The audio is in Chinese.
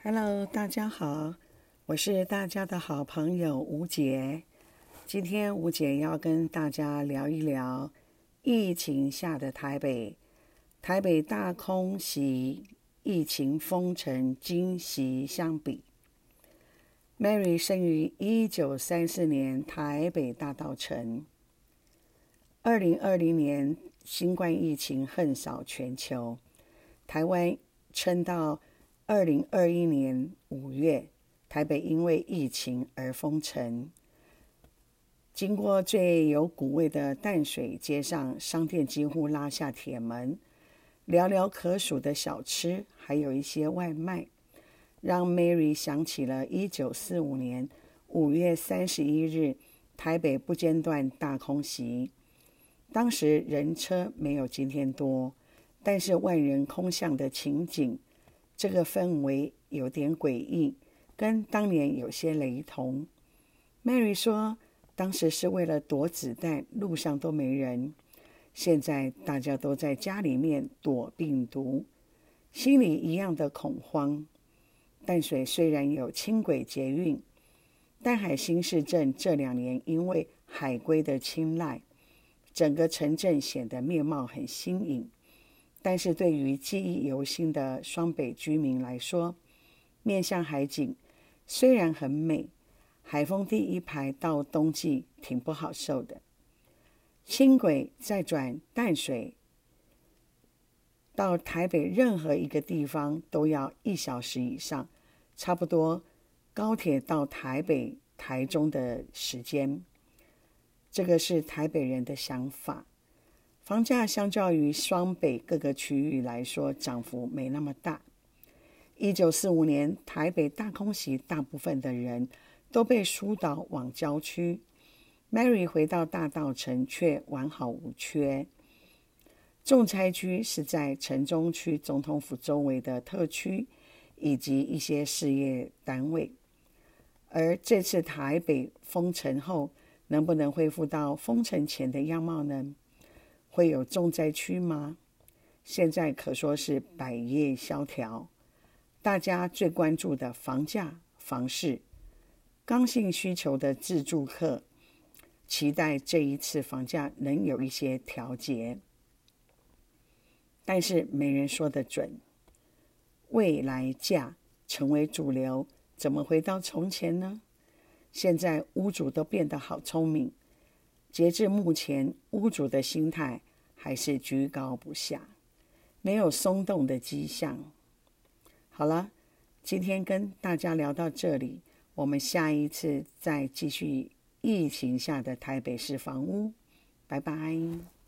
Hello，大家好，我是大家的好朋友吴姐。今天吴姐要跟大家聊一聊疫情下的台北。台北大空袭，疫情封城惊喜相比。Mary 生于1934年台北大稻埕。2020年新冠疫情横扫全球，台湾撑到2021年5月，台北因为疫情而封城。经过最有古味的淡水街上，商店几乎拉下铁门，寥寥可数的小吃，还有一些外卖，让 Mary 想起了1945年5月31日台北不间断大空袭。当时人车没有今天多，但是万人空巷的情景，这个氛围有点诡异，跟当年有些雷同。Mary 说，当时是为了躲子弹，路上都没人。现在大家都在家里面躲病毒，心里一样的恐慌。淡水虽然有轻轨捷运，淡海新市镇这2年因为海归的青睐，整个城镇显得面貌很新颖。但是对于记忆犹新的双北居民来说，面向海景虽然很美，海风第一排到冬季挺不好受的。轻轨再转淡水到台北任何一个地方都要1小时以上，差不多高铁到台北、台中的时间。这个是台北人的想法。房价相较于双北各个区域来说，涨幅没那么大。1945年台北大空袭，大部分的人都被疏导往郊区。Mary 回到大稻埕却完好无缺。重灾区是在城中区总统府周围的特区以及一些事业单位。而这次台北封城后，能不能恢复到封城前的样貌呢？会有重灾区吗？现在可说是百业萧条，大家最关注的房价、房市、刚性需求的自住客，期待这一次房价能有一些调节。但是没人说得准，未来价成为主流，怎么回到从前呢？现在屋主都变得好聪明，截至目前，屋主的心态还是居高不下，没有松动的迹象。好了，今天跟大家聊到这里，我们下一次再继续疫情下的台北市房屋。拜拜。